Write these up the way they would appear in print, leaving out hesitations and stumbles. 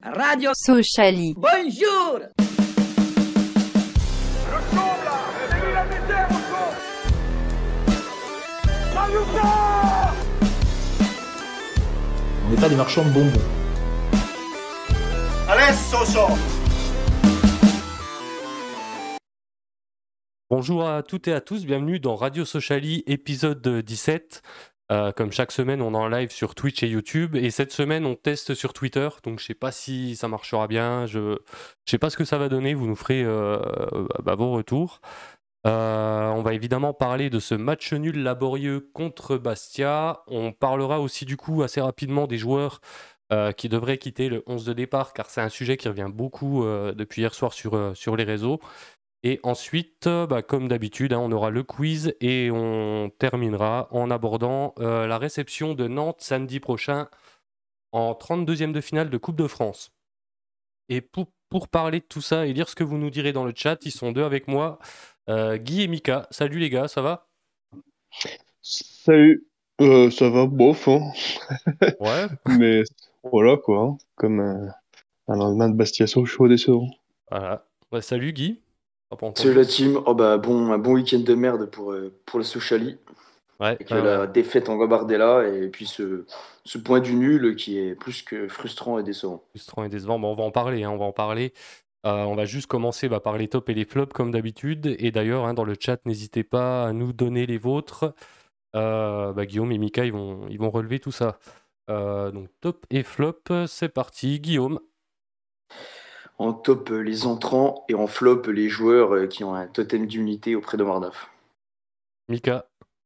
Radio Sociali. Bonjour. On n'est pas des marchands de bonbons. Bonjour à toutes et à tous, bienvenue dans Radio Sociali, épisode 17. Comme chaque semaine, on est en live sur Twitch et YouTube. Et cette semaine, on teste sur Twitter. Donc, je sais pas si ça marchera bien. Je sais pas ce que ça va donner. Vous nous ferez vos retours. On va évidemment parler de ce match nul laborieux contre Bastia. On parlera aussi du coup assez rapidement des joueurs qui devraient quitter le 11 de départ, car c'est un sujet qui revient beaucoup depuis hier soir sur les réseaux. Et ensuite, comme d'habitude, on aura le quiz et on terminera en abordant la réception de Nantes samedi prochain en 32e de finale de Coupe de France. Et pour parler de tout ça et lire ce que vous nous direz dans le chat, ils sont deux avec moi, Guy et Mika. Salut les gars, ça va ? Salut, ça va, bof, hein. Ouais. Mais voilà quoi, hein. Comme un lendemain de Bastia chaud décevant. Voilà. Ouais, salut Guy. Salut la team, un bon week-end de merde pour le Sociali. Ouais, avec la défaite en Gabardella et puis ce point du nul qui est plus que frustrant et décevant. Frustrant et décevant, on va en parler, on va en parler. On va juste commencer par les tops et les flops comme d'habitude. Et d'ailleurs, dans le chat, n'hésitez pas à nous donner les vôtres. Guillaume et Mika, ils vont relever tout ça. Donc top et flop, c'est parti. Guillaume. En top, les entrants, et en flop, les joueurs qui ont un totem d'unité auprès de Mardaf. Mika.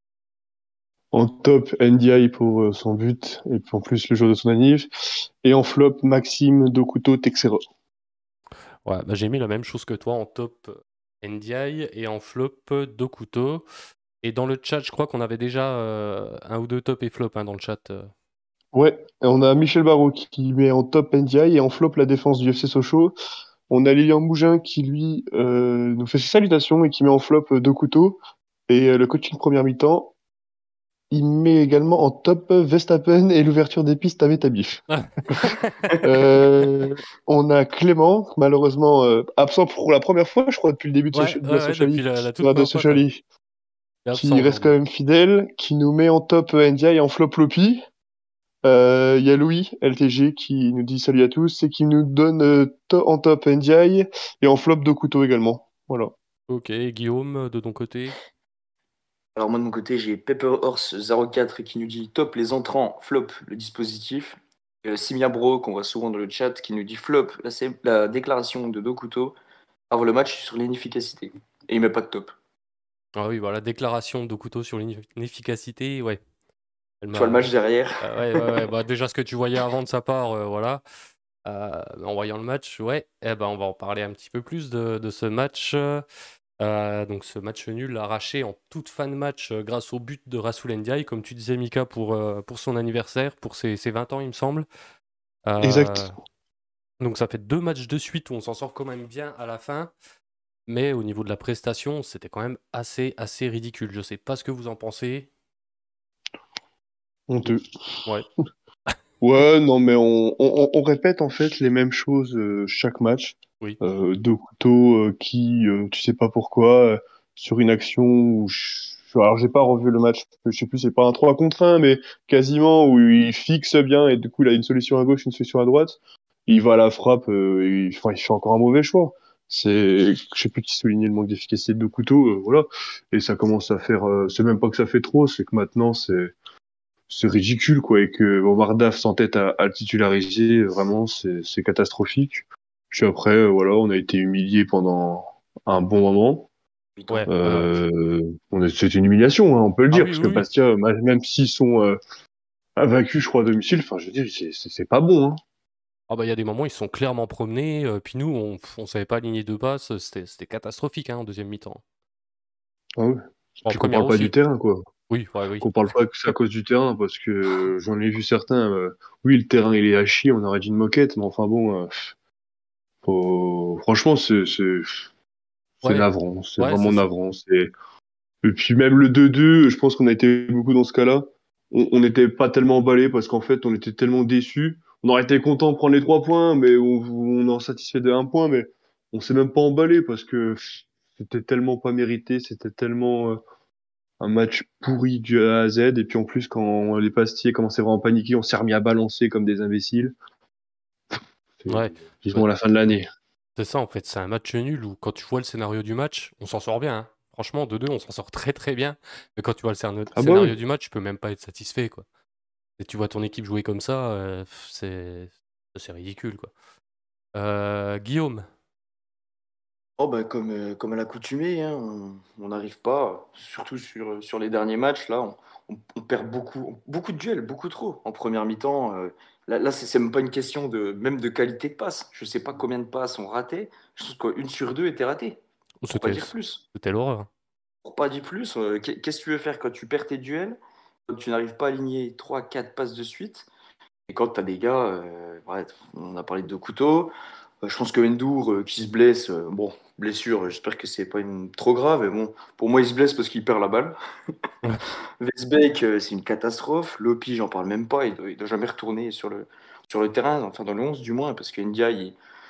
En top, NDI pour son but, et puis en plus le jour de son anniv. Et en flop, Maxime Dokuto Texera. Ouais, j'ai mis la même chose que toi en top NDI et en flop Dokuto. Et dans le chat, je crois qu'on avait déjà un ou deux top et flop dans le chat. Ouais, on a Michel Barraud qui met en top NDI et en flop la défense du FC Sochaux. On a Lilian Mougin qui lui nous fait ses salutations et qui met en flop Dokuto. Et le coaching première mi-temps, il met également en top Verstappen et l'ouverture des pistes à Métabif. On a Clément, malheureusement absent pour la première fois, je crois, depuis le début de la Sociali, depuis la toute première Sociali, qui reste quand même fidèle, qui nous met en top NDI et en flop Lopi. Il y a Louis, LTG, qui nous dit salut à tous et qui nous donne en top NDI et en flop Dokuto également. Voilà. Ok, Guillaume, de ton côté? Alors moi de mon côté, j'ai Pepperhorse04 qui nous dit top les entrants, flop le dispositif. Simia Bro, qu'on voit souvent dans le chat, qui nous dit flop la déclaration de Dokuto avant le match sur l'inefficacité. Et il met pas de top. Ah oui, voilà, déclaration de Dokuto sur l'inefficacité, ouais. Tu vois le match derrière. Ouais. Déjà ce que tu voyais avant de sa part, voilà. En voyant le match, ouais. On va en parler un petit peu plus de ce match. Donc ce match nul arraché en toute fin de match grâce au but de Rassoul Ndiaye, comme tu disais Mika, pour son anniversaire, pour ses 20 ans il me semble. Exact. Donc ça fait 2 matchs de suite où on s'en sort quand même bien à la fin, mais au niveau de la prestation c'était quand même assez ridicule. Je sais pas ce que vous en pensez. Honteux. Ouais. Ouais, non, mais on répète en fait les mêmes choses chaque match. Oui. Dokuto qui, tu sais pas pourquoi, sur une action où alors j'ai pas revu le match, je sais plus, c'est pas un 3 contre 1, mais quasiment où il fixe bien et du coup il a une solution à gauche, une solution à droite. Il va à la frappe, il fait encore un mauvais choix. Je sais plus qui soulignait le manque d'efficacité de Dokuto, voilà. Et ça commence à faire, c'est même pas que ça fait trop, c'est que maintenant c'est ridicule, quoi, et que Mardaf s'entête à le titulariser, vraiment, c'est catastrophique. Puis après, voilà, on a été humilié pendant un bon moment. Ouais. C'est une humiliation, on peut le dire, oui, parce oui, que oui. Bastia, même s'ils sont invaincus, je crois, à domicile, enfin, je veux dire, c'est pas bon, hein. Il y a des moments, ils se sont clairement promenés, puis nous, on savait pas aligner deux passes, c'était catastrophique en deuxième mi-temps. Ah ouais. En Puis qu'on première parle pas aussi. du terrain, quoi. Oui. Qu'on parle pas que c'est à cause du terrain, parce que j'en ai vu certains, oui, le terrain, il est à chier, on aurait dit une moquette, mais enfin bon, franchement, c'est navrant, c'est vraiment navrant. Et puis même le 2-2, je pense qu'on a été beaucoup dans ce cas-là. On n'était pas tellement emballé parce qu'en fait, on était tellement déçus. on aurait été content de prendre les 3 points, mais on en satisfait de 1 point, mais on s'est même pas emballé parce que c'était tellement pas mérité, c'était tellement un match pourri du A à Z. Et puis en plus, quand les pastiers commençaient vraiment à paniquer, on s'est remis à balancer comme des imbéciles. Ouais, Vivement la fin de l'année. c'est ça en fait, c'est un match nul où quand tu vois le scénario du match, on s'en sort bien, hein. Franchement, 2-2, on s'en sort très très bien. Mais quand tu vois le Ah bah scénario oui. du match, tu peux même pas être satisfait, quoi. Et tu vois ton équipe jouer comme ça, c'est ridicule, quoi. Guillaume. Oh bah comme à l'accoutumée, hein, on n'arrive pas, surtout sur les derniers matchs, là, on perd beaucoup de duels, beaucoup trop. En première mi-temps, là c'est même pas une question même de qualité de passe. Je sais pas combien de passes ont raté. Je trouve qu'une sur deux était ratée. Pour pas C'était dire plus. c'était l'horreur. Pour pas dire plus, qu'est-ce que tu veux faire quand tu perds tes duels, quand tu n'arrives pas à aligner trois quatre passes de suite, et quand tu as des gars, ouais, on a parlé de couteaux. Je pense que Endour qui se blesse, bon, blessure, j'espère que c'est pas une trop grave, mais bon, pour moi il se blesse parce qu'il perd la balle. Ouais. Westbeek, c'est une catastrophe. Lopi, j'en parle même pas, il doit jamais retourner sur le terrain, enfin dans le 11 du moins, parce que Ndiaye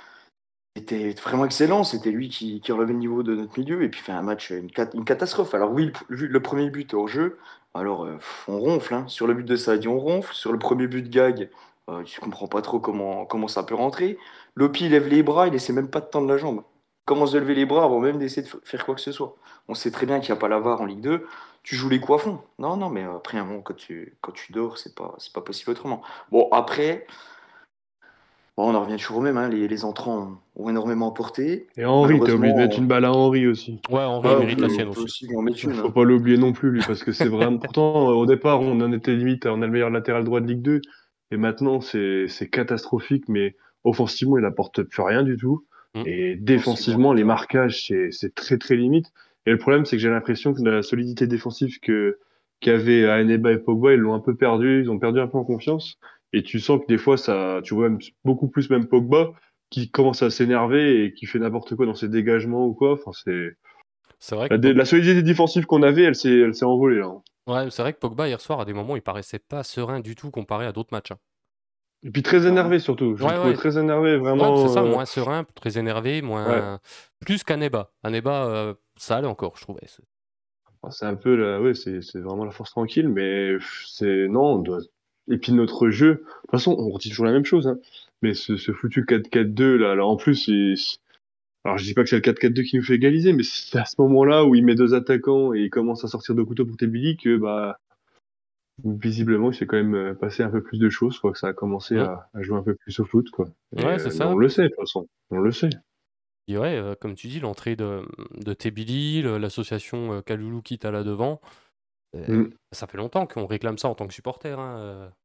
il était vraiment excellent, c'était lui qui relevait le niveau de notre milieu, et puis fait un match, une catastrophe. Alors oui, le premier but est hors jeu, alors on ronfle, hein. Sur le but de Sadio, on ronfle, sur le premier but de Gag, tu comprends pas trop comment ça peut rentrer. Lopi il lève les bras, il essaie même pas de tendre la jambe. Il commence de lever les bras avant même d'essayer de faire quoi que ce soit. On sait très bien qu'il n'y a pas la VAR en Ligue 2, tu joues les coups à fond. Non, non, mais après un moment, quand tu dors, c'est pas possible autrement. Bon, après, bon, on en revient toujours au même, hein, les entrants ont énormément apporté. Et Henry, t'as oublié de mettre Malheureusement, une balle à Henry aussi. Ouais, Henry, il ah mérite oui, la on sienne peut aussi. aussi lui en mettre une, Faut hein. pas l'oublier non plus, lui, parce que c'est vraiment. Pourtant, au départ, on en était limite, on a le meilleur latéral droit de Ligue 2, et maintenant, c'est catastrophique, mais offensivement, il apporte plus rien du tout. Mm. Et Offensivement, défensivement, les d'accord. marquages, c'est très très limite. Et le problème, c'est que j'ai l'impression que la solidité défensive qu'avaient Aeneba et Pogba, ils l'ont un peu perdu, ils ont perdu un peu en confiance. Et tu sens que des fois, ça, tu vois même beaucoup plus même Pogba qui commence à s'énerver et qui fait n'importe quoi dans ses dégagements ou quoi. Enfin, c'est C'est vrai que la solidité défensive qu'on avait, elle s'est envolée là. ouais, c'est vrai que Pogba hier soir, à des moments, il paraissait pas serein du tout comparé à d'autres matchs, hein. Et puis très Clairement. énervé surtout. Je le Ouais, trouvais ouais, très énervé, ouais, c'est vraiment. ça, moins serein, très énervé, Ouais. moins plus qu'Aneba. Aneba, ça allait encore, je trouvais. Enfin, c'est un peu ouais, c'est vraiment la force tranquille, mais c'est non. Et puis notre jeu, de toute façon, on retient toujours la même chose, hein. Mais ce foutu 4-4-2 là, alors en plus, alors je dis pas que c'est le 4-4-2 qui nous fait égaliser, mais c'est à ce moment-là où il met 2 attaquants et il commence à sortir de couteau pour Tebili que bah visiblement il s'est quand même passé un peu plus de choses, quoi, que ça a commencé Mm. à jouer un peu plus au foot, quoi. Ouais, c'est Mais on ça. le sait de toute façon, on le sait. Et ouais, comme tu dis, l'entrée de Tebili, l'association Kalulu Kita là devant, Mm. ça fait longtemps qu'on réclame ça en tant que supporter, hein.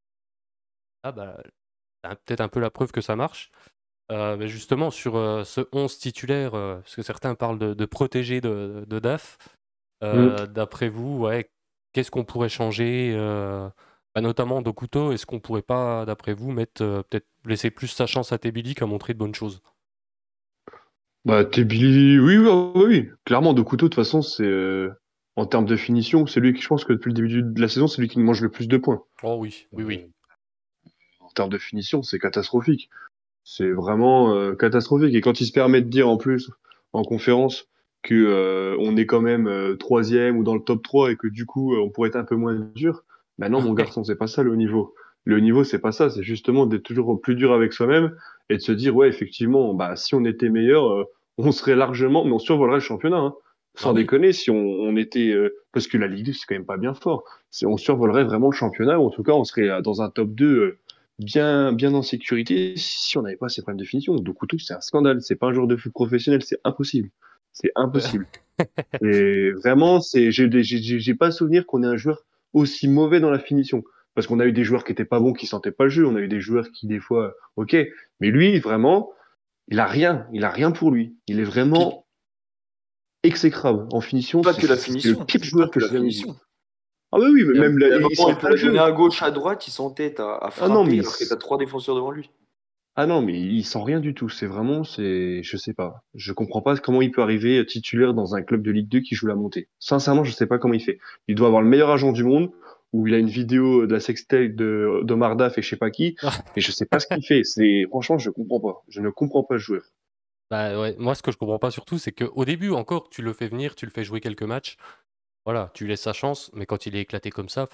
Ah bah, c'est peut-être un peu la preuve que ça marche. Mais justement, sur ce 11 titulaire, parce que certains parlent de protégé de DAF, Mm. d'après vous, ouais, qu'est-ce qu'on pourrait changer bah, notamment Dokuto, est-ce qu'on pourrait pas, d'après vous, mettre peut-être laisser plus sa chance à Tebili qu'à montrer de bonnes choses? Bah, Tebili, oui, oui, oui, oui. Clairement, de couteau, de toute façon, c'est en termes de finition, c'est lui qui, je pense que depuis le début de la saison, c'est lui qui mange le plus de points. Oh oui, oui, Euh, oui. En termes de finition, c'est catastrophique. C'est vraiment catastrophique. Et quand il se permet de dire en plus en conférence que on est quand même troisième ou dans le top 3 et que du coup on pourrait être un peu moins dur, bah non, mon garçon, c'est pas ça le haut niveau. Le haut niveau, c'est pas ça. C'est justement d'être toujours plus dur avec soi-même et de se dire ouais, effectivement, bah si on était meilleur, on serait largement, mais on survolerait le championnat, hein. Ah Sans oui. déconner, si on était parce que la Ligue 2 c'est quand même pas bien fort. On survolerait vraiment le championnat ou en tout cas on serait dans un top 2 bien, bien en sécurité si on n'avait pas ces problèmes de finition. Donc, Couteau, c'est un scandale. C'est pas un joueur de foot professionnel, c'est impossible. C'est impossible. Et vraiment, j'ai pas souvenir qu'on ait un joueur aussi mauvais dans la finition. Parce qu'on a eu des joueurs qui étaient pas bons, qui sentaient pas le jeu. On a eu des joueurs qui, des fois, ok. Mais lui, vraiment, il a rien. Il a rien pour lui. Il est Puis, vraiment exécrable. En finition, pas que la c'est le finition, pire pas joueur que que la j'ai jamais vu. finition. Ah oui, oui, mais Il y a, même il là, y a un il moment, sent il peut pas le la donner jeu. à gauche, à droite, il s'entête à Ah non, frapper alors que t'as trois défenseurs devant lui. Ah non, mais il sent rien du tout. C'est vraiment, je sais pas. Je comprends pas comment il peut arriver titulaire dans un club de Ligue 2 qui joue la montée. Sincèrement, je sais pas comment il fait. Il doit avoir le meilleur agent du monde, où il a une vidéo de la sextape d'Omar Daf et je sais pas qui, et je sais pas ce qu'il fait. Franchement, je comprends pas. Je ne comprends pas le joueur. Bah ouais, moi ce que je comprends pas surtout, c'est qu'au début encore, tu le fais venir, tu le fais jouer quelques matchs, voilà, tu lui laisses sa chance, mais quand il est éclaté comme ça,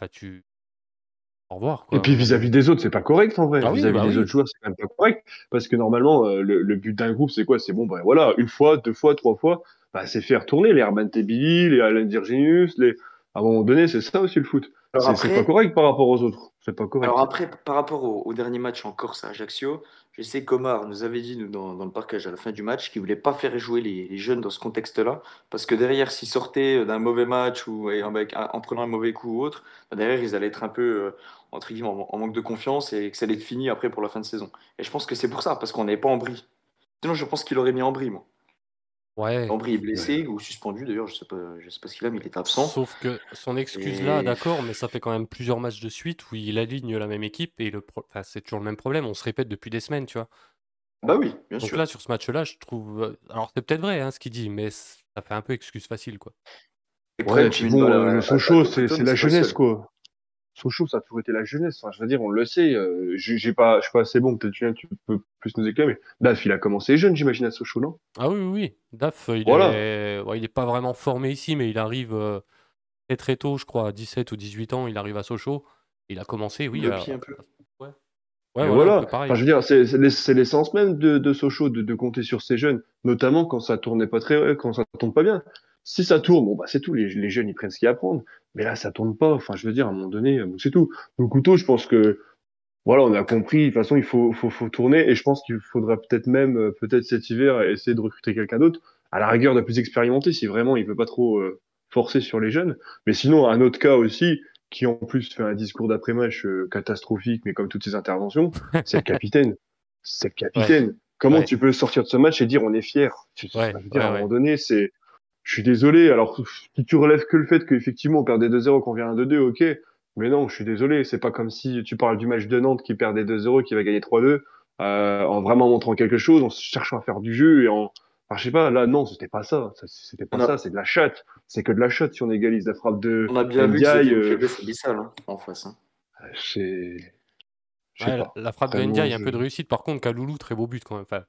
au revoir Et quoi, à un puis moment vis-à-vis donné. des autres, c'est pas correct en vrai. Ah oui, Vis-à-vis bah des oui. autres joueurs, c'est quand même pas correct. Parce que normalement, le but d'un groupe, c'est quoi? C'est bon, ben voilà, une fois, deux fois, trois fois, bah, c'est faire tourner les Herman Tebili, les Alan Dirgenius, les... À un moment donné, c'est ça aussi le foot. Alors C'est pas après, correct par rapport aux autres. C'est pas Alors correct. après, par rapport au dernier match en Corse à Ajaccio, je sais qu'Omar nous avait dit nous, dans le parcage à la fin du match qu'il voulait pas faire jouer les jeunes dans ce contexte-là, parce que derrière, s'ils sortaient d'un mauvais match ou en prenant un mauvais coup ou autre, bah, derrière, ils allaient être un peu, entre guillemets, en manque de confiance et que ça allait être fini après pour la fin de saison. Et je pense que c'est pour ça, parce qu'on n'avait pas Ambry. Sinon, je pense qu'il aurait mis Ambry, moi. Ouais. Ambry est Ouais. blessé ou suspendu, d'ailleurs, je sais pas ce qu'il a, mais il est absent. Sauf que son excuse là, Et d'accord, mais ça fait quand même plusieurs matchs de suite où il aligne la même équipe et enfin, c'est toujours le même problème, on se répète depuis des semaines, tu vois. bah oui, bien Donc sûr. là, sur ce match-là, je trouve. Alors c'est peut-être vrai hein, ce qu'il dit, mais ça fait un peu excuse facile, quoi. Les Ouais, problèmes, et tu puis mets une balle bon, le à Sochaux, c'est Tokuton, la c'est pas le jeunesse, seul. quoi. Sochaux, ça a toujours été la jeunesse. Enfin, je veux dire, on le sait. Je suis pas assez bon. Peut-être tu peux plus nous éclairer. Mais Daf, il a commencé jeune, j'imagine, à Sochaux, non? Ah oui, oui, oui. Daf, Voilà. il est pas vraiment formé ici, mais il arrive très très tôt, je crois, à 17 ou 18 ans, il arrive à Sochaux. Il a commencé, oui, Le pied un peu. ouais. Ouais, Et voilà, un voilà. peu pareil. Enfin, je veux dire, c'est l'essence même de Sochaux, de compter sur ces jeunes, notamment quand ça tournait pas quand ça tourne pas bien. Si ça tourne, bon, bah, c'est tout. Les jeunes, ils prennent ce qu'il y a à prendre. Mais là, ça tourne pas. Enfin, je veux dire, à un moment donné, c'est tout. Donc, Couteau, je pense que, voilà, on a compris. De toute façon, il faut tourner. Et je pense qu'il faudra peut-être même, peut-être cet hiver, essayer de recruter quelqu'un d'autre. À la rigueur, de plus expérimenté, si vraiment il veut pas trop, forcer sur les jeunes. Mais sinon, un autre cas aussi, qui en plus fait un discours d'après-match, catastrophique, mais comme toutes ses interventions, c'est le capitaine. C'est le Ouais, capitaine. Comment ouais, tu peux sortir de ce match et dire on est fier? ouais, Je veux dire, à ouais, un moment ouais. donné, je suis désolé. Alors, si tu relèves que le fait qu'effectivement on perdait 2-0, qu'on vient à 2-2, ok. Mais non, je suis désolé. C'est pas comme si tu parles du match de Nantes qui perdait 2-0, qui va gagner 3-2, en vraiment montrant quelque chose, en cherchant à faire du jeu et en, enfin, je sais pas, là, non, c'était pas ça. C'était pas On ça. a, C'est de la chatte. C'est que de la chatte si on égalise la frappe de on a bien vu que c'était Ndiaye. une faiblesse abyssale hein, en face. Hein. C'est, je sais Ouais, pas. la frappe de Vraiment, Ndiaye, il y a un peu de réussite. Par contre, Kaloulou, très beau but quand même. Enfin,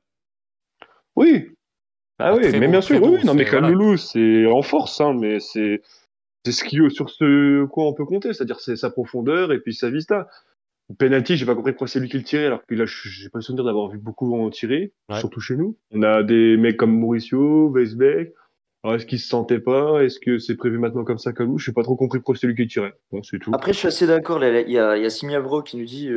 oui. Ah pas oui, mais bien très sûr, oui, oui. beau. Non, mais C'est voilà. Kaloulou, c'est en force, hein, mais c'est sur ce quoi on peut compter, c'est-à-dire c'est sa profondeur et puis sa vista. Penalty, j'ai pas compris pourquoi c'est lui qui le tirait, alors que là, j'ai pas le souvenir d'avoir vu beaucoup en tirer, Ouais. surtout chez nous. On a des mecs comme Mauricio, Weisbeck. Alors, est-ce qu'il se sentait pas? Est-ce que c'est prévu maintenant comme ça, comme nous? Je n'ai pas trop compris pourquoi c'est lui qui le tirait. Bon, c'est tout. Après, je suis assez d'accord. Là, il y a Simia Bro qui nous dit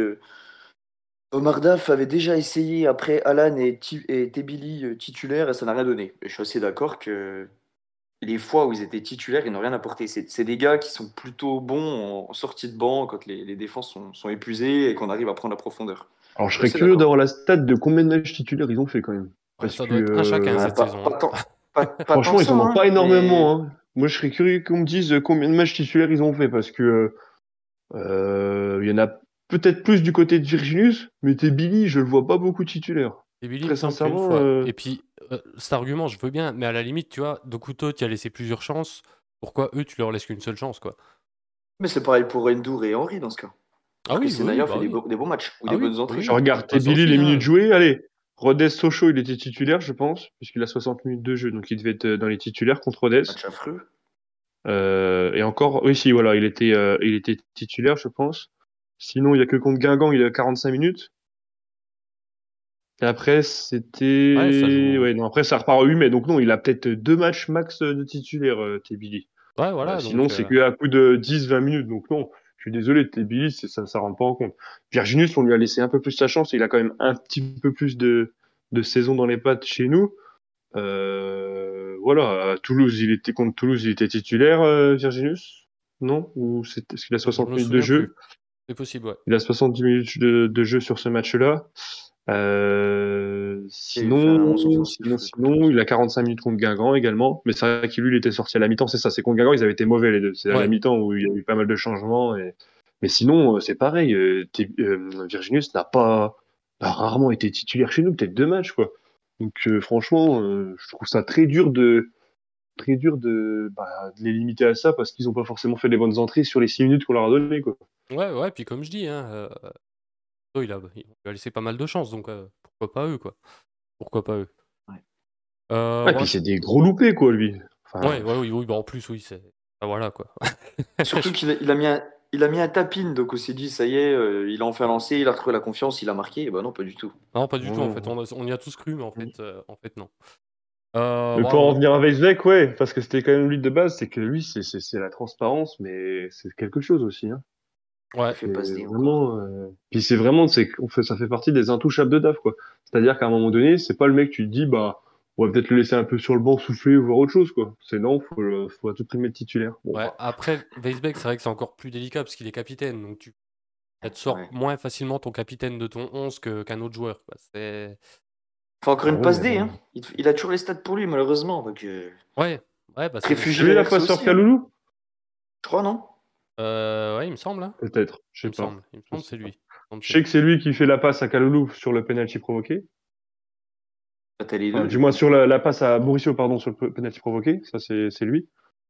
Omar Daf avait déjà essayé après Alan et Tebili titulaires et ça n'a rien donné. Et je suis assez d'accord que les fois où ils étaient titulaires, ils n'ont rien apporté. C'est des gars qui sont plutôt bons en sortie de banc quand les défenses sont épuisées et qu'on arrive à prendre la profondeur. Alors, je Je suis serais assez curieux d'accord. d'avoir la stat de combien de matchs titulaires ils ont fait quand même. Ouais, Parce ça que, doit être un chacun Ah, cette saison, pas hein. tant, pas tant franchement, que ils ça, en ont hein, pas mais énormément, hein. Moi, je serais curieux qu'on me dise combien de matchs titulaires ils ont fait, parce que il y en a peut-être plus du côté de Virginius, mais t'es Billy, je le vois pas beaucoup titulaire. Et Billy, il me Très semble qu'une sincèrement, fois. Et puis, cet argument, je veux bien, mais à la limite, tu vois, Dokuto, tu as laissé plusieurs chances. Pourquoi eux, tu leur laisses qu'une seule chance, quoi? c'est pareil pour Endur et Henry dans ce cas. Ah Alors que oui, oui, Senaya fait bah oui. des bons matchs ou Ah des oui, bonnes oui, entrées. je oui. regarde Bah ça Billy les aussi, minutes hein. jouées. Allez, Rodez Sochaux, il était titulaire, je pense, puisqu'il a 60 minutes de jeu, donc il devait être dans les titulaires contre Rodez. Match affreux. Et encore, oui, si, voilà, il était titulaire, je pense. Sinon, il y a que contre Guingamp, il a 45 minutes. Et après, Ouais, ça c'était, joue. ouais, non, après, ça repart au 8 mai. Donc non, il a peut-être deux matchs max de titulaire, Billy. Ouais, voilà, Sinon, donc. c'est qu'à coup de 10-20 minutes. Donc non, je suis désolé, Billy, ça rentre pas en compte. Virginius, on lui a laissé un peu plus sa chance. Il a quand même un petit peu plus de saison dans les pattes chez nous. Voilà, à Toulouse, contre Toulouse, il était titulaire, Virginius? Non? Est-ce qu'il a Je 60 me minutes de souviens jeu? plus. C'est possible, ouais. Il a 70 minutes de jeu sur ce match-là. Et il fait un 11 Sinon, offensif contre sinon, Toulouse. il a 45 minutes contre Guingamp également. Mais c'est vrai qu'il lui, il était sorti à la mi-temps, c'est ça. C'est contre Guingamp, ils avaient été mauvais les deux. C'est à la Ouais. mi-temps où il y a eu pas mal de changements. Mais sinon, c'est pareil. Virginius a rarement été titulaire chez nous, peut-être deux matchs, quoi. Donc, franchement, je trouve ça très dur très dur de les limiter à ça parce qu'ils n'ont pas forcément fait les bonnes entrées sur les 6 minutes qu'on leur a données, quoi. Ouais, puis comme je dis, hein, il lui a laissé pas mal de chance, donc pourquoi pas eux, quoi. Pourquoi pas eux. Ouais. Ouais, puis Ouais, c'est des gros loupés, quoi, lui. Enfin, oui, bah en plus, oui, c'est. Bah voilà, quoi. Surtout il a mis un tapin, donc on s'est dit, ça y est, il a enfin lancé, il a retrouvé la confiance, il a marqué. Et bah non, pas du tout. Non, pas du tout, en fait. non. On y a tous cru, mais en fait, non. Mais Bah, pour en revenir à Weisbeck, ouais, parce que c'était quand même lui de base, c'est que lui, c'est la transparence, mais c'est quelque chose aussi, hein. Il Ouais, fait C'est pas ce dé encore. vraiment, puis c'est vraiment, ça fait partie des intouchables de DAF, quoi. C'est-à-dire qu'à un moment donné, c'est pas le mec, tu te dis, bah, on va peut-être le laisser un peu sur le banc souffler ou voir autre chose, quoi. C'est non, faut à tout prix mettre titulaire. Bon, ouais. Après, Weisbeck, c'est vrai que c'est encore plus délicat parce qu'il est capitaine, donc tu te sors Ouais. moins facilement ton capitaine de ton 11 qu'un autre joueur, quoi. Enfin, encore ah une ouais, passe mais D, bon. hein. Il a toujours les stats pour lui, malheureusement. Donc, Ouais, bah réfugie Lui, les la Verts passe sur aussi, hein. Kaloulou? Je crois, non? Ouais, il me semble, hein. Peut-être, je Il sais me pas. semble. Il me Je semble que sais c'est lui. pas. Il me semble que Je c'est sais lui. que c'est lui qui fait la passe à Kaloulou sur le penalty provoqué. Bah, t'as les Enfin, deux, du du moins coup. sur la passe à Mauricio, pardon, sur le penalty provoqué. Ça, c'est lui.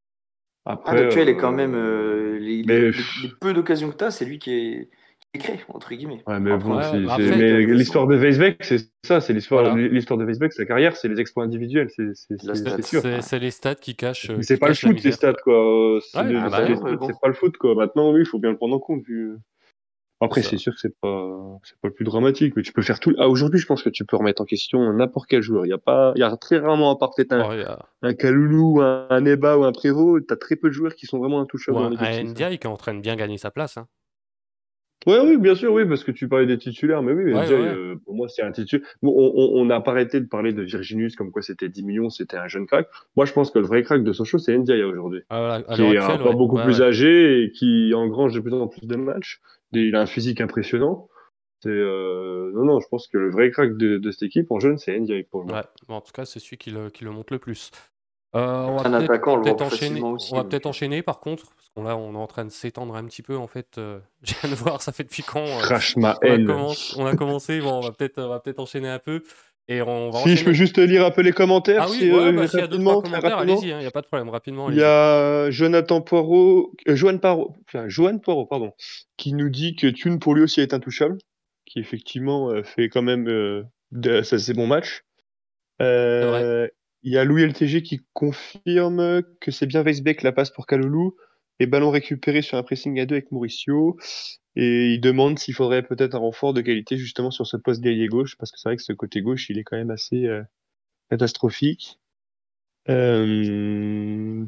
Ah, Après, donc tu vois, il est quand même. mais, Les peu d'occasions que t'as, c'est lui qui crée, entre guillemets. ouais, mais Après, bon, Ouais, bah il après, fait mais des l'histoire efforts. de Weisbeck, c'est ça, c'est voilà. l'histoire de Weisbeck, sa carrière, c'est les exploits individuels, C'est de la stat. c'est sûr. Ouais. C'est les stats Mais c'est qui pas le cachent la foot, les misère, stats, quoi. quoi. Ouais, Ah, Les bah bah non, non, mais stats, bon. c'est pas le foot, quoi. Maintenant, oui, il faut bien le prendre en compte. c'est Après, c'est ça. sûr que c'est pas le plus dramatique. Mais tu peux faire tout. Ah, aujourd'hui, je pense que tu peux remettre en question n'importe quel joueur. Il y a très rarement, à part peut-être Bon, un Kaloulou, un Eba ou un Prévost, t'as très peu de joueurs qui sont vraiment intouchables ou dans un l'effectif, hein. NDI qui est en train de bien gagner sa place, hein. Ouais, oui, bien sûr, oui, parce que tu parlais des titulaires, mais oui, mais Ouais, déjà, ouais. pour moi, c'est un titulaire. Bon, on n'a pas arrêté de parler de Virginius comme quoi c'était 10 millions, c'était un jeune crack. Moi, je pense que le vrai crack de Sochaux, c'est Ndiaye aujourd'hui, Voilà, à qui l'heure est actuelle, pas ouais. beaucoup Ouais, plus ouais. âgé et qui engrange de plus en plus de matchs. Il a un physique impressionnant. Non, je pense que le vrai crack de cette équipe en jeune, c'est Ndiaye pour moi. Ouais. Bon, en tout cas, c'est celui qui le montre le plus. Un attaquant, on le voit plus Enchaîner. facilement On aussi. va Donc, peut-être enchaîner par contre, parce qu'on là, on est en train de s'étendre un petit peu en fait. Je viens de voir, ça fait depuis quand Crash ma haine. on a commencé. Bon, on va peut-être enchaîner un peu et on va Si je peux enchaîner. juste lire un peu les commentaires, Ah oui, ouais, bah s'il y a deux trois rapidement, très commentaires, rapidement. allez-y, il y a pas de problème, rapidement, Il y allez-y. a Jonathan Poirot, Johan Poirot, pardon, qui nous dit que Thune pour lui aussi est intouchable, qui effectivement fait quand même ça c'est bon match. C'est vrai. Il y a Louis LTG qui confirme que c'est bien Weisbeck la passe pour Kaloulou et ballon récupéré sur un pressing à deux avec Mauricio. Et il demande s'il faudrait peut-être un renfort de qualité justement sur ce poste d'ailier gauche, parce que c'est vrai que ce côté gauche, il est quand même assez catastrophique. Euh,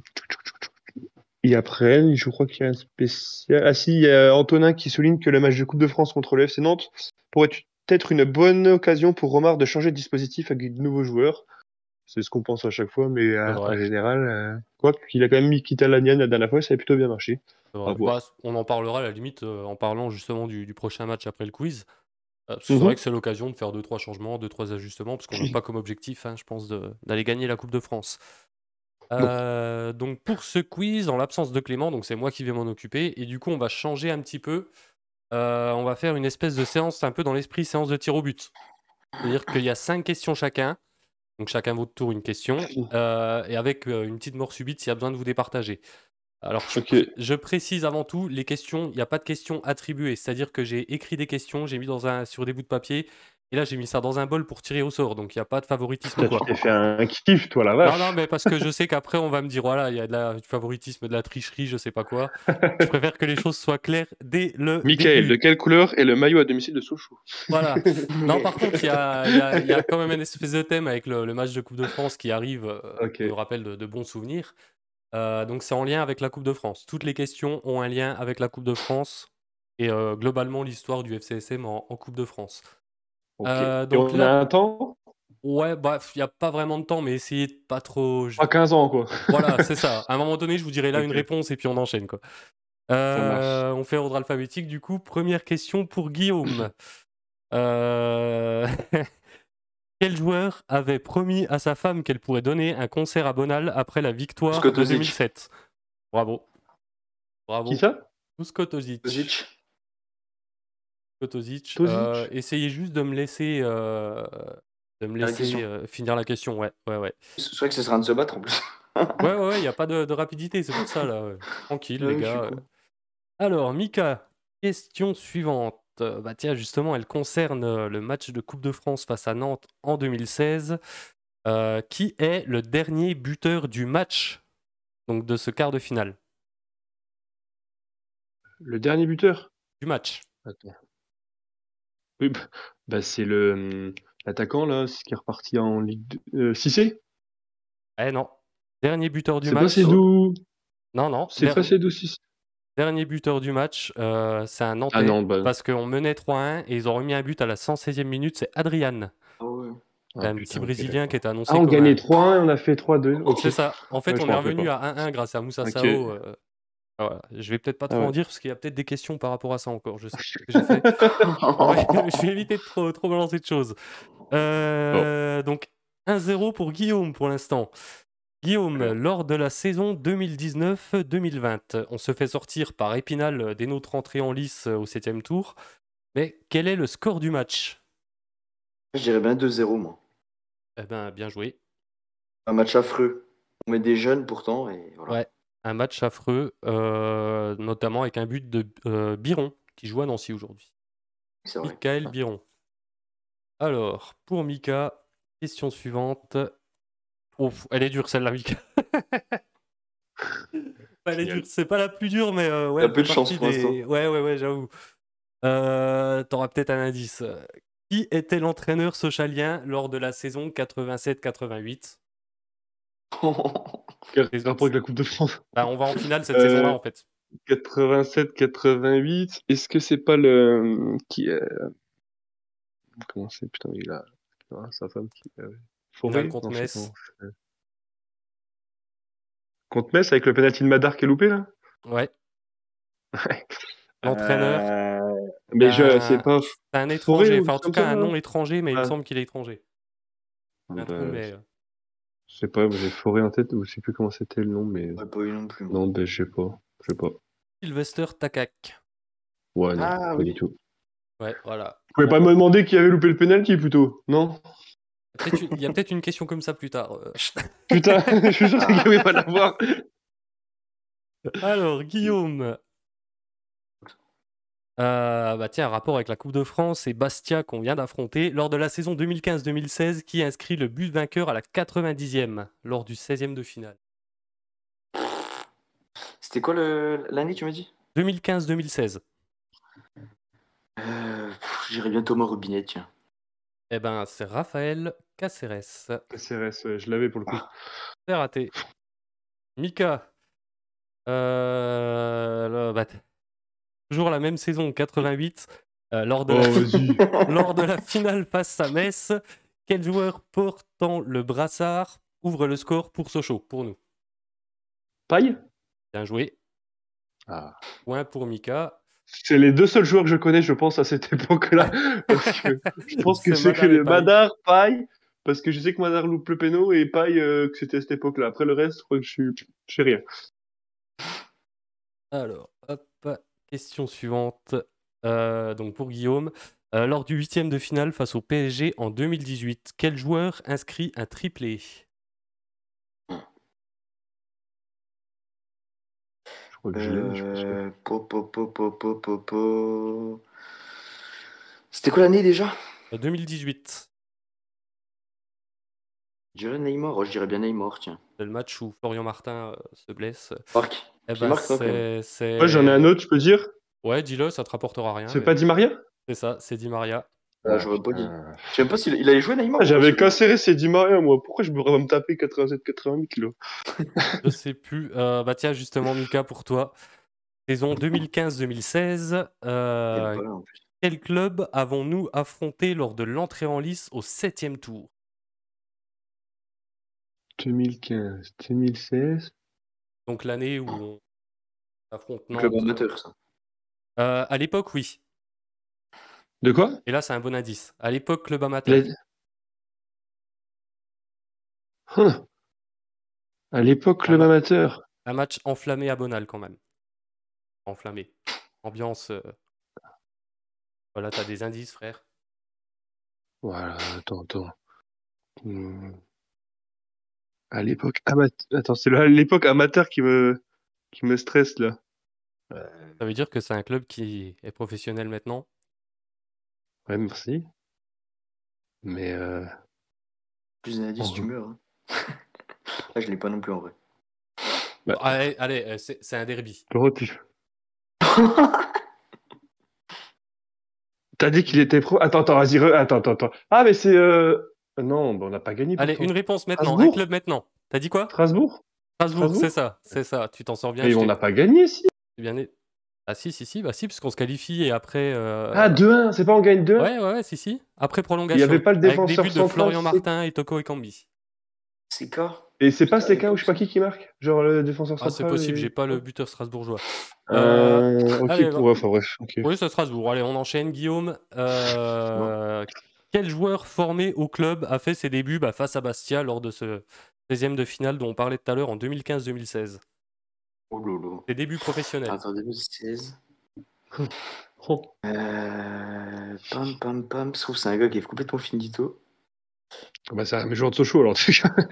Et après, je crois qu'il y a un spécial. Ah si, il y a Antonin qui souligne que le match de Coupe de France contre le FC Nantes pourrait être une bonne occasion pour Romard de changer de dispositif avec de nouveaux joueurs. C'est ce qu'on pense à chaque fois, mais C'est en vrai. général, quoi qu'il a quand même mis Kitalanian la dernière fois, ça a plutôt bien marché. C'est À vrai. voir. Bah, on en parlera à la limite en parlant justement du prochain match après le quiz. Parce que c'est vrai Mhm. que c'est l'occasion de faire 2-3 changements, 2-3 ajustements, parce qu'on n'a pas comme objectif, hein, je pense, d'aller gagner la Coupe de France. Donc, Donc pour ce quiz, en l'absence de Clément, donc c'est moi qui vais m'en occuper, et du coup on va changer un petit peu. On va faire une espèce de séance un peu dans l'esprit séance de tir au but. C'est-à-dire qu'il y a 5 questions chacun, donc chacun votre tour une question, et avec une petite mort subite s'il y a besoin de vous départager. Alors ok. je précise avant tout, les questions, il n'y a pas de questions attribuées, c'est-à-dire que j'ai écrit des questions, j'ai mis sur des bouts de papier, et là j'ai mis ça dans un bol pour tirer au sort, donc il n'y a pas de favoritisme ou Putain, tu quoi. t'es fait un kiff, toi, la Non, vache. mais parce que je sais qu'après, on va me dire, voilà, il y a du favoritisme, de la tricherie, je sais pas quoi. Je préfère que les choses soient claires dès le Michael, de début. quelle couleur est le maillot à domicile de Sochaux? Voilà. Non, par contre, il y a quand même une espèce de thème avec le match de Coupe de France qui arrive, Ok, qui me rappelle de bons souvenirs. Donc, c'est en lien avec la Coupe de France. Toutes les questions ont un lien avec la Coupe de France et globalement l'histoire du FCSM en Coupe de France. ok. Et Donc on a là, un temps? ouais, bref, il n'y a pas vraiment de temps, mais essayez de pas trop. Pas 15 ans, quoi. Voilà, c'est ça. À un moment donné, je vous dirai là une Ok, réponse et puis on enchaîne, quoi. ça marche. On fait ordre alphabétique, du coup. Première question pour Guillaume. Euh, Quel joueur avait promis à sa femme qu'elle pourrait donner un concert à Bonal après la victoire de Skotozic. 2007? Bravo. Qui Bravo. ça? Skotozic. Skotozic. Skotozic. Tozic? Essayez juste de me laisser, La question. finir la question. Ouais, ouais, ouais. C'est vrai que ce serait un de se battre en plus. Ouais, il n'y a pas de rapidité, c'est pour ça, là. Tranquille, les Oui, je suis gars. con. Alors, Mika, question suivante. Bah tiens, justement, elle concerne le match de Coupe de France face à Nantes en 2016. Qui est le dernier buteur du match, donc de ce quart de finale? Le dernier buteur? Du match. Attends. Oui, c'est l'attaquant, là, ce qui est reparti en Ligue 2. Cissé? Eh non. Dernier buteur du C'est pas match. Sédou. Non. C'est pas Sédou Cissé. Dernier buteur du match, c'est un Ah Nantais. non, bah. Parce qu'on menait 3-1 et ils ont remis un but à la 116e minute, c'est Adrian. Ah ouais. C'est Ah un petit putain, ok, Brésilien qui d'accord. est Ah, annoncé on comme gagnait un. 3-1 et on a fait 3-2. Ok. C'est ça. En fait, Ouais, je on me est rappelais revenu pas. à 1-1 grâce à Moussa Ok. Sao. Voilà. Je vais peut-être pas Ah trop en ouais. dire parce qu'il y a peut-être des questions par rapport à ça encore. Je sais pas ce que j'ai fait. Ouais, je vais éviter de trop balancer de choses. Bon. Donc 1-0 pour Guillaume pour l'instant. Guillaume, lors de la saison 2019-2020, on se fait sortir par Épinal dès notre entrée en lice au 7e tour. Mais quel est le score du match? Je dirais bien 2-0, moi. Eh ben, bien joué. Un match affreux. On met des jeunes pourtant, et voilà. Ouais, un match affreux, notamment avec un but de Biron, qui joue à Nancy aujourd'hui. C'est vrai. Michael Biron. Alors, pour Mika, question suivante. Ouf, elle est dure celle-là, Mika. Elle est dure, c'est pas la plus dure, mais ouais, Il y a elle peu fait de chance partie pour l'instant. des. Ouais, j'avoue. T'auras peut-être un indice. Qui était l'entraîneur sochalien lors de la saison 87-88? Quel rapport avec la Coupe de France? Bah, on va en finale cette saison-là, en fait. 87-88. Est-ce que c'est pas le. Comment c'est? Putain, il a. Sa femme qui. Finale Forêt? contre Non, je sais pas. Metz. Contre Metz avec le penalty de Madar qui est loupé, là? Ouais. Ouais. L'entraîneur, Mais c'est pas c'est un Forêt étranger. ou Enfin, en quelque tout chose comme cas, ça, un là? nom étranger, mais il me Ah, semble qu'il est étranger. Un trou, bah, mais. je sais pas, j'ai Forêt en tête, ou je sais plus comment c'était le nom, mais. J'aurais pas eu non plus, moi. Non, ben, je sais pas. Je sais pas. Sylvester Takak. Ouais, non, Ah pas du oui. tout. Ouais, voilà. Vous pouvez Bon, pas me demander qui avait loupé le penalty, plutôt? Non? il y a peut-être une question comme ça plus tard. Putain, je suis sûr que Guillaume va l'avoir. Alors, Guillaume. Bah tiens, rapport avec la Coupe de France et Bastia qu'on vient d'affronter. Lors de la saison 2015-2016, qui inscrit le but vainqueur à la 90e lors du 16e de finale? C'était quoi l'année, tu m'as dit? 2015-2016. Je dirais bien Thomas Robinet, tiens. Eh ben, c'est Raphaël Caceres. CRS, ouais, je l'avais pour le coup. C'est raté. Mika. Bah, toujours la même saison, 88. Lors de Oh, la... vas-y. lors de la finale face à Metz, quel joueur portant le brassard ouvre le score pour Sochaux, pour nous? Paille? Bien joué. Ah. Point pour Mika. C'est les deux seuls joueurs que je connais, je pense, à cette époque-là. Parce que je pense que C'est c'est que Madar et les Paille. Madar, Paille, parce que je sais que Madar loupe le péno et Paille, que c'était à cette époque-là. Après le reste, je crois que je sais rien. Alors, hop, question suivante. Donc pour Guillaume. Lors du 8e de finale face au PSG en 2018, quel joueur inscrit un triplé? Je crois que je l'ai, je suis sûr. C'était quoi l'année déjà? 2018. Je dirais Neymar. Oh, je dirais bien Neymar, tiens. C'est le match où Florian Martin se blesse. Marc. Eh Qui ben, marque, non, quand même. Ouais, j'en ai un autre, je peux dire. Ouais, dis-le, ça te rapportera rien. C'est Mais pas Di Maria? c'est ça, c'est Di Maria. Ah, Ah, j'aurais pas dit. putain. Je sais même pas s'il il allait jouer Neymar Ah, ou pas, j'avais celui-là. cassé c'est Di Maria, moi. Pourquoi je me taper 87-88 là? Je sais plus. Bah tiens, justement, Mika, pour toi. Saison 2015-2016. Il est pas là en plus. Quel club avons-nous affronté lors de l'entrée en lice au 7e tour? 2015, 2016. Donc l'année où on affronte Le club Nantes. amateur, ça. À l'époque, oui. De quoi? Et là, c'est un bon indice. À l'époque, club amateur. Hein. À l'époque, Un, club ma- amateur. un match enflammé à Bonal, quand même. Enflammé. Ambiance. Voilà, t'as des indices, frère. Voilà, attends. Hmm. À l'époque Attends, c'est l'époque amateur qui me stresse là. Ça veut dire que c'est un club qui est professionnel maintenant. Ouais, merci. Mais Plus d'un indice, tu meurs. Hein. Là, je l'ai pas non plus en vrai. bah, Allez, c'est un derby. T'as dit qu'il était pro. Attends, vas-y. Attends. Ah, mais c'est. Non, bah, on n'a pas gagné Allez, pourtant. une réponse maintenant, un Strasbourg club maintenant. T'as dit quoi? Strasbourg Strasbourg, c'est Strasbourg ça. Tu t'en sors bien. Mais on n'a pas gagné, si. bien né- Ah si, bah si, parce qu'on se qualifie et après. Ah, 2-1, c'est pas on gagne 2-1 Ouais, si. Après Il n'y prolongation. avait pas le Avec des défenseur buts de central, Florian c'est. Martin et Toko Ekambi. C'est quoi? Et c'est pas Putain, à Seka ou je sais pas l'époque, qui marque? Genre le défenseur Ah, c'est central possible, j'ai et. pas le buteur strasbourgeois. Ok, Allez, ouais, enfin bref, ok. oui, c'est Strasbourg. Allez, on enchaîne. Guillaume, moi. quel joueur formé au club a fait ses débuts face à Bastia lors de ce 16e de finale dont on parlait tout à l'heure en 2015-2016? Oh lolo. Ses débuts professionnels. Attends, 2016. Oh. Pam. Je trouve que c'est un gars qui est complètement finito. Bah, c'est un joueur de Sochaux alors, en tout cas.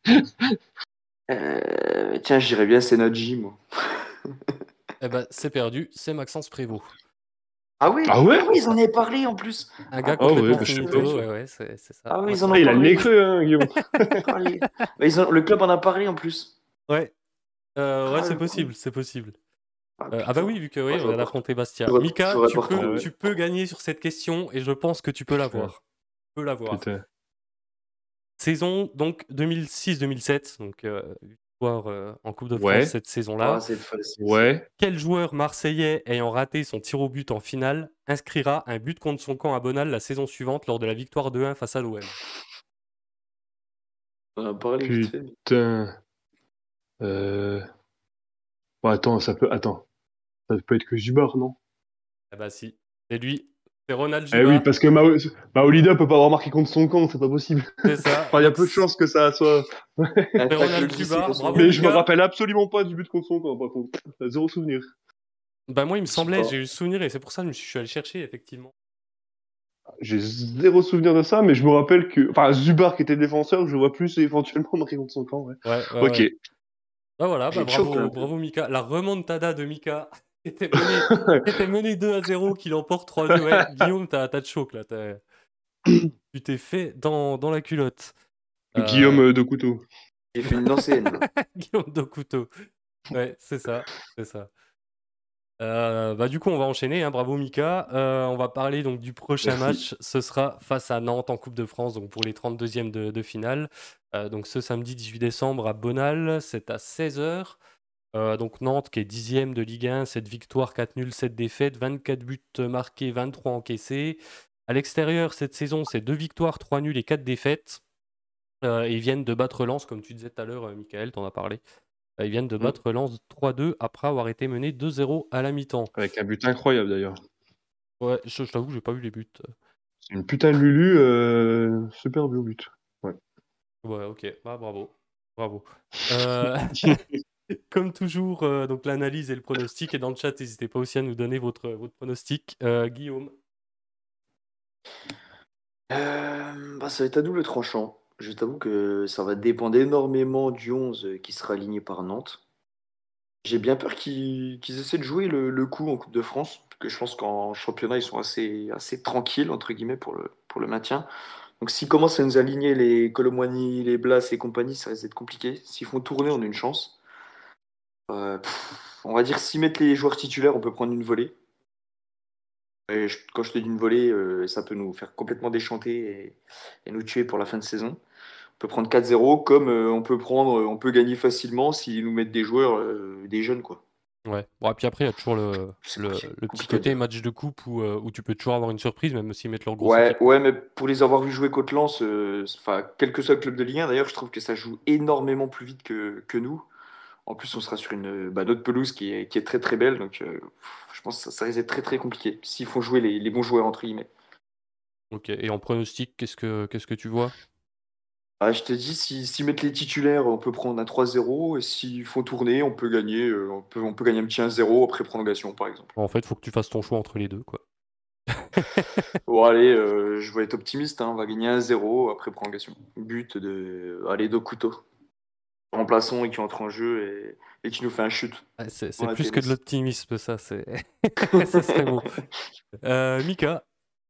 Tiens, je dirais bien c'est notre J, moi. Eh ben, c'est perdu, c'est Maxence Prévost. Ah oui, Ah ouais ils en avaient parlé en plus. Un gars Ah ouais, complètement bah, je sais finito, pas. ouais, c'est ça. Ah oui, ils en Maxence ont Il a le parlé. nez creux, hein, Guillaume. Le club en a parlé en plus. Ouais, Ah, c'est le possible, con. c'est possible. Ah, Ah bah putain. oui, vu que Ah, oui, on vient d'affronter Bastia. Mika, j'aurais pas retrouvé. tu peux gagner sur cette question et je pense que tu peux l'avoir. Tu peux l'avoir. Putain. Saison donc 2006-2007, donc victoire en Coupe de France Ouais. cette saison-là. Ah, c'est facile. Ouais. Quel joueur marseillais ayant raté son tir au but en finale inscrira un but contre son camp à Bonal la saison suivante lors de la victoire 2-1 face à l'OM? On en a parlé vite fait. Putain. Bon, attends, ça peut être que Zubar, non? Ah bah si, c'est lui, c'est Ronald Eh oui, Juba, parce que Maolida peut pas avoir marqué contre son camp, c'est pas possible. c'est ça. Enfin, il y a Donc, peu de chances que ça soit. Un c'est tacle Ronald glissé Juba, dans son bravo Mais je me Mika. rappelle absolument pas du but contre son camp, par contre. Zéro souvenir. Bah moi il me Je sais semblait, pas. j'ai eu le souvenir et c'est pour ça que je suis allé chercher effectivement. J'ai zéro souvenir de ça, mais je me rappelle que. Enfin, Zubar qui était défenseur, je vois plus éventuellement marqué contre son camp, ouais. Ouais. Ok. Bah voilà, J'ai choc là. bravo Mika. La remontada de Mika était menée 2-0, qu'il emporte 3-2. Ouais, Guillaume, t'as de choc là. Tu t'es fait dans la culotte. Guillaume de couteau. J'ai fait une ancienne. Guillaume de couteau. Ouais, c'est ça. Bah du coup, on va enchaîner, hein, bravo Mika. On va parler donc du prochain Merci. match. Ce sera face à Nantes en Coupe de France, donc pour les 32e de finale. Donc ce samedi 18 décembre à Bonal, c'est à 16h. Donc Nantes qui est 10e de Ligue 1, 7 victoires, 4 nuls, 7 défaites, 24 buts marqués, 23 encaissés. À l'extérieur, cette saison, c'est 2 victoires, 3 nuls et 4 défaites. Et ils viennent de battre Lens, comme tu disais tout à l'heure, Michael, t'en as parlé. Ils viennent de battre Lens 3-2 après avoir été menés 2-0 à la mi-temps. Avec un but incroyable d'ailleurs. Ouais, je t'avoue, j'ai pas vu les buts. C'est une putain de Lulu, super beau but. Ouais. Ouais, ok, bah, bravo. Comme toujours, donc l'analyse et le pronostic. Et dans le chat, n'hésitez pas aussi à nous donner votre pronostic. Guillaume. Ça va être à double tranchant. Je t'avoue que ça va dépendre énormément du 11 qui sera aligné par Nantes. J'ai bien peur qu'ils essaient de jouer le coup en Coupe de France, parce que je pense qu'en championnat, ils sont assez tranquilles, entre guillemets, pour le maintien. Donc s'ils commencent à nous aligner les Colomwani, les Blas et compagnie, ça risque d'être compliqué. S'ils font tourner, on a une chance. On va dire s'ils mettent les joueurs titulaires, on peut prendre une volée. Et quand je te dis une volée, ça peut nous faire complètement déchanter et nous tuer pour la fin de saison. On peut prendre 4-0, comme on peut gagner facilement s'ils nous mettent des joueurs, des jeunes, quoi. Ouais. Bon, et puis après, il y a toujours le petit Compliqué à côté dire. match de coupe où tu peux toujours avoir une surprise, même s'ils mettent leur grosse équipe. Ouais, mais pour les avoir vus jouer contre Lens, enfin, quel que soit le club de Ligue 1, d'ailleurs, je trouve que ça joue énormément plus vite que nous. En plus, on sera sur notre pelouse qui est très très belle, donc je pense que ça risque d'être très très compliqué s'il faut jouer les bons joueurs, entre guillemets. Ok, et en pronostic, qu'est-ce que tu vois? Ah, je te dis, s'ils mettent les titulaires, on peut prendre un 3-0, et s'il faut tourner, on peut gagner, on peut gagner un petit 1-0 après prolongation, par exemple. En fait, il faut que tu fasses ton choix entre les deux, quoi. Bon, allez, je vais être optimiste, hein, on va gagner 1-0 après prolongation. But de. Allez, de couteau. remplaçant et qui entre en jeu et qui nous fait un shoot Ouais, c'est dans la plus que de TMS. l'optimisme, ça. Ça serait beau. Mika,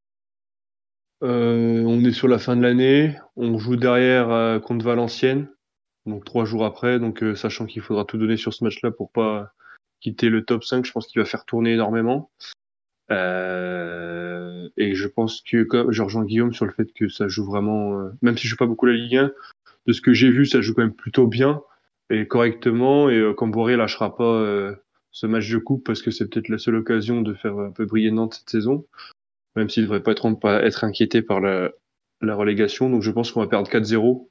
On est sur la fin de l'année. On joue derrière contre Valenciennes, donc 3 jours après. Donc sachant qu'il faudra tout donner sur ce match-là pour pas quitter le top 5, je pense qu'il va faire tourner énormément. Et je pense que comme je rejoins Guillaume sur le fait que ça joue vraiment, même si je joue pas beaucoup la Ligue 1, de ce que j'ai vu, ça joue quand même plutôt bien et correctement. Et Camboré lâchera pas ce match de coupe parce que c'est peut-être la seule occasion de faire un peu briller Nantes cette saison, même s'il devrait pas être inquiété par la relégation. Donc je pense qu'on va perdre 4-0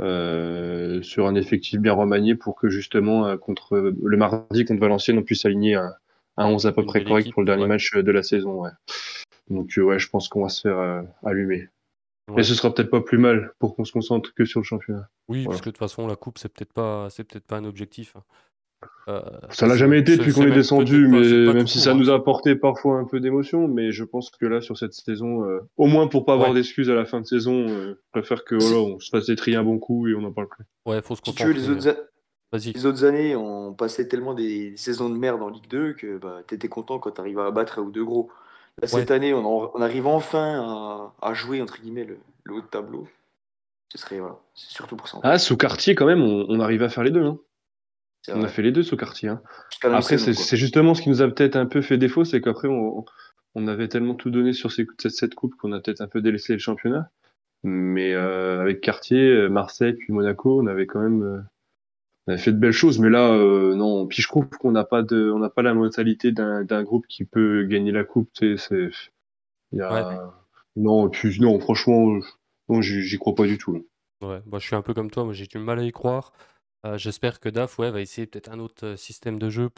sur un effectif bien remanié pour que justement contre le mardi contre Valenciennes on puisse aligner un 11 à peu une près belle correct équipe. pour le dernier Ouais. match de la saison. Ouais. Donc ouais, je pense qu'on va se faire allumer. Mais Ouais. ce sera peut-être pas plus mal pour qu'on se concentre que sur le championnat. Oui, Voilà. parce que de toute façon, la coupe, c'est peut-être pas un objectif, hein. Ça l'a jamais été depuis qu'on C'est est même peut-être descendu, pas, c'est mais pas même tout si ça court, hein. nous a apporté parfois un peu d'émotion, mais je pense que là sur cette saison, au moins pour pas avoir Ouais, d'excuses à la fin de saison, je préfère que voilà, on se fasse étrier un bon coup et on n'en parle plus. ouais, faut se Si tu veux, concentrer. Vas-y. les autres années, on passait tellement des saisons de merde en Ligue 2 que bah, t'étais content quand t'arrivais à battre un ou deux gros. Là, Ouais, cette année, on arrive enfin à jouer entre guillemets le haut de tableau. Ce serait, voilà, c'est surtout pour ça en Ah, fait. sous quartier quand même, on arrive à faire les deux. Hein. C'est On a vrai. fait les deux sous quartier. Hein. Jusqu'à la Après, mi-saison, c'est quoi. justement ce qui nous a peut-être un peu fait défaut, c'est qu'après on avait tellement tout donné sur cette coupe qu'on a peut-être un peu délaissé le championnat. Mais avec Cartier, Marseille, puis Monaco, on avait quand même on avait fait de belles choses. Mais là, non. Puis je trouve on n'a pas la mentalité d'un groupe qui peut gagner la coupe. Tu sais, il y ouais, a, non. Et puis non, franchement, non, j'y crois pas du tout. Là. ouais. Moi, je suis un peu comme toi. Moi, j'ai du mal à y croire. J'espère que DAF, ouais, va essayer peut-être un autre système de jeu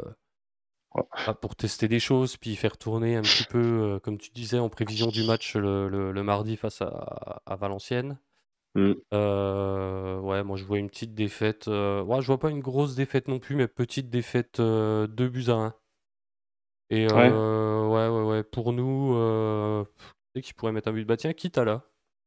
pour tester des choses, puis faire tourner un petit peu, comme tu disais, en prévision du match le mardi face à Valenciennes. Mm. Ouais, moi je vois une petite défaite. Ouais, je vois pas une grosse défaite non plus, mais petite défaite 2 buts à 1. Et Ouais, ouais, pour nous, tu sais qui pourrait mettre un but? Bah tiens, Kitala.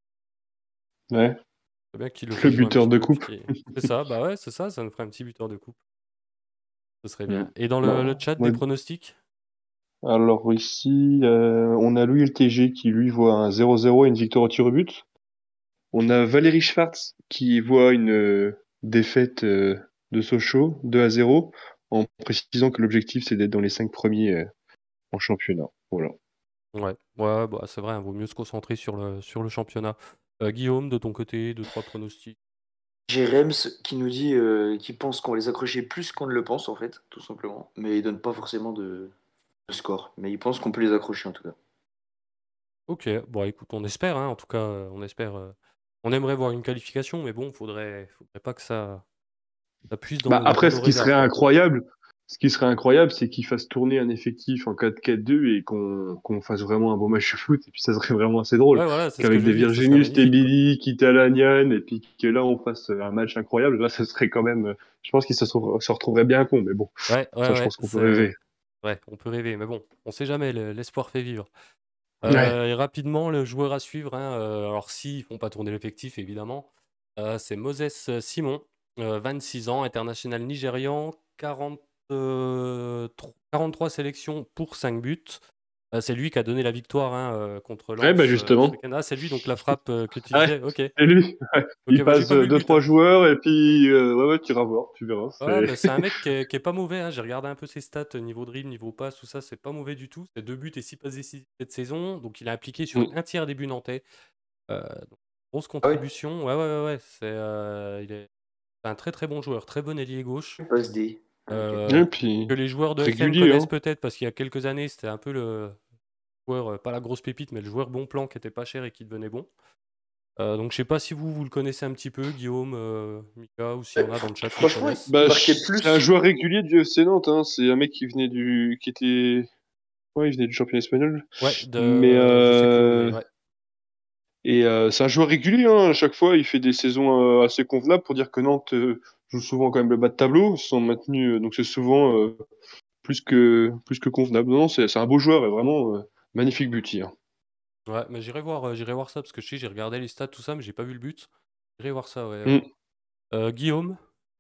ouais. C'est bien qu'il le Le fasse jouer un buteur petit de peu. coupe. C'est ça, bah ouais, c'est ça nous ferait un petit buteur de coupe. Ce serait Mm. bien. Et dans le Non. chat des Ouais. pronostics? Alors ici, on a Louis LTG qui lui voit un 0-0 et une victoire au tir au but. On a Valérie Schwartz qui voit une défaite de Sochaux 2-0 en précisant que l'objectif c'est d'être dans les 5 premiers en championnat. Voilà. Ouais, ouais, bah c'est vrai, il vaut mieux se concentrer sur le championnat. Guillaume, de ton côté, 2-3 pronostics. J'ai Rems qui nous dit qu'il pense qu'on va les accrocher plus qu'on ne le pense en fait, tout simplement. Mais il donne pas forcément de score. Mais il pense qu'on peut les accrocher en tout cas. Ok, bon écoute, on espère, hein, en tout cas, on espère. On aimerait voir une qualification, mais bon, faudrait pas que ça puise Bah dans après, nos réserves, quoi. ce qui serait incroyable, c'est qu'ils fassent tourner un effectif en 4-4-2 et qu'on fasse vraiment un beau match de foot. Et puis ça serait vraiment assez drôle. Ouais, voilà, c'est ce que Qu'avec je veux des dire, ça serait Virginius, magnifique, quoi. Teddy, Kitalanian, et puis que là on fasse un match incroyable. Là, ça serait quand même. Je pense qu'ils se retrouveraient bien con, mais bon, Ouais, ouais, ça, je ouais, pense qu'on peut rêver. ouais, on peut rêver, mais bon, on sait jamais, l'espoir fait vivre. Ouais. Et rapidement, le joueur à suivre, hein, alors s'ils font pas tourner l'effectif, évidemment, c'est Moses Simon, 26 ans, international nigérian, 43 sélections pour 5 buts. C'est lui qui a donné la victoire, hein, contre Ouais, bah Lens ce justement. week-end. Ah, c'est lui, donc la frappe que tu Ouais, disais. Ok, c'est lui. Ouais. ok, Il bah, j'ai passe pas vu le deux, but, trois hein. joueurs et puis ouais, tu iras voir, tu verras. Ouais, mais c'est un mec qui est pas mauvais, hein. J'ai regardé un peu ses stats, niveau dribble, niveau passe, tout ça, c'est pas mauvais du tout. C'est 2 buts et 6 passes décisives cette saison, donc il a impliqué sur Mm. un tiers des buts nantais. Donc grosse Ah oui, contribution. Ouais, ouais, ouais, ouais, il est un très très bon joueur, très bon ailier gauche. passe D. Ah, ok. Euh, Et puis que les joueurs de FM régulier, connaissent hein. peut-être parce qu'il y a quelques années, c'était un peu le joueur, pas la grosse pépite, mais le joueur bon plan qui était pas cher et qui devenait bon. Donc je sais pas si vous le connaissez un petit peu, Guillaume, Mika, ou s'il y en a dans le chat qui le Franchement, connaissent. il Bah, marquait c'est un plus. joueur régulier du FC Nantes, hein. C'est un mec ouais, il venait du championnat espagnol. Ouais, Mais je sais plus où, mais ouais. c'est un joueur régulier, hein. À chaque fois, il fait des saisons assez convenables pour dire que Nantes joue souvent quand même le bas de tableau. Ils sont maintenus, donc c'est souvent plus que convenable. Non, c'est un beau joueur et vraiment magnifique buty, hein. Ouais, mais j'irai voir ça parce que je sais, j'ai regardé les stats, tout ça, mais j'ai pas vu le but. J'irai voir ça, ouais. Mm. Guillaume?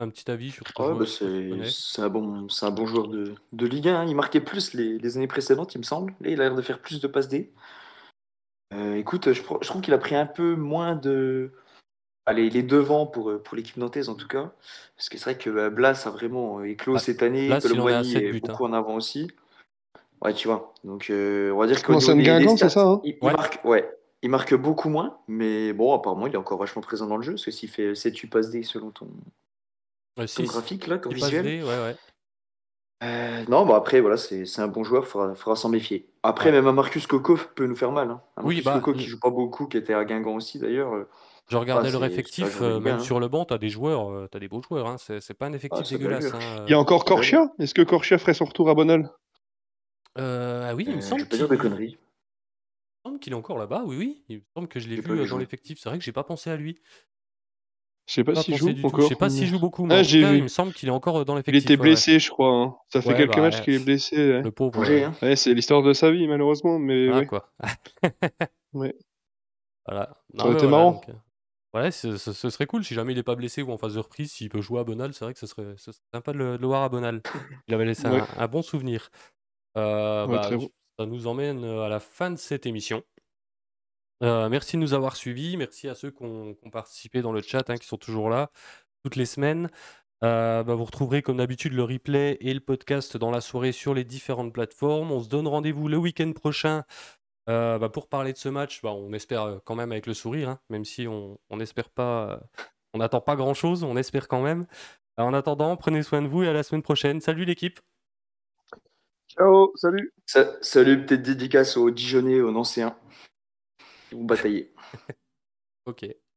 Un petit avis sur ce Ouais, bah joueur que tu connais? c'est un bon joueur de Ligue 1, hein. Il marquait plus les années précédentes, il me semble. Là, il a l'air de faire plus de passes D. Écoute, je trouve qu'il a pris un peu moins de. Allez, il est devant pour l'équipe nantaise en tout cas. Parce que c'est vrai que Blas a vraiment éclos Ah, cette année. là, s'il en est à Colomboigny 7 est buts, hein. beaucoup en avant aussi. Ouais, tu vois. Donc, on va dire qu'au niveau Vincent des Guingamp, c'est stats, ça, hein? il Ouais, marque, ouais, il marque beaucoup moins. Mais bon, apparemment, il est encore vachement présent dans le jeu. Parce que s'il fait 7-8 passes D selon ton 6 graphique, là, ton passes visuel. D, ouais, ouais. Non, bah après, voilà, c'est un bon joueur, faudra s'en méfier. Après, Ouais. même un Marcus Coco peut nous faire mal, hein. Un Oui, Marcus bah, Coco qui joue pas beaucoup, qui était à Guingamp aussi d'ailleurs. je Voilà, regardais leur c'est un effectif, joueur de Ligue 1, même hein. sur le banc, t'as des joueurs, t'as des beaux joueurs, hein. C'est pas un Ah, effectif ça dégueulasse, allure. hein. Il y a encore Ça allure. Corchia? Est-ce que Corchia ferait son retour à Bonal? Ah oui, Je vais pas dire de conneries. il me semble qu'il est encore là-bas, oui, oui. Il me semble que je l'ai J'ai pas vu vu dans jouer. l'effectif. C'est vrai que j'ai pas pensé à lui. Je sais pas Pas s'il pensé joue du tout. Je sais encore. pas s'il joue beaucoup, mais Ah, en tout j'ai cas, il me vu. semble qu'il est encore dans Il était l'effectif. Ouais, ouais. blessé, je crois, hein. Ça fait Ouais, quelques matchs bah, qu'il est blessé. Ouais, le pauvre. Congé, hein. ouais, c'est l'histoire de sa vie, malheureusement, mais Voilà ouais. quoi. Ouais. Voilà. Ça Non, aurait mais été voilà. Donc, marrant. ouais, ce serait cool si jamais il est pas blessé ou en phase de reprise, s'il peut jouer à Bonal. C'est vrai que ce serait sympa de le voir à Bonal. Il avait laissé Ouais, un bon souvenir. ouais, Bah, très bon. ça nous emmène à la fin de cette émission. Merci de nous avoir suivis. Merci à ceux qui ont participé dans le chat, hein, qui sont toujours là toutes les semaines. Bah, vous retrouverez comme d'habitude le replay et le podcast dans la soirée sur les différentes plateformes. On se donne rendez-vous le week-end prochain bah, pour parler de ce match. Bah, on espère quand même avec le sourire, hein, même si on n'espère pas, on n'attend pas grand-chose, on espère quand même. En attendant, prenez soin de vous et à la semaine prochaine. Salut l'équipe. Ciao, salut. Salut, peut-être dédicace aux Dijonais, aux Nancéens qui vont batailler. Ok.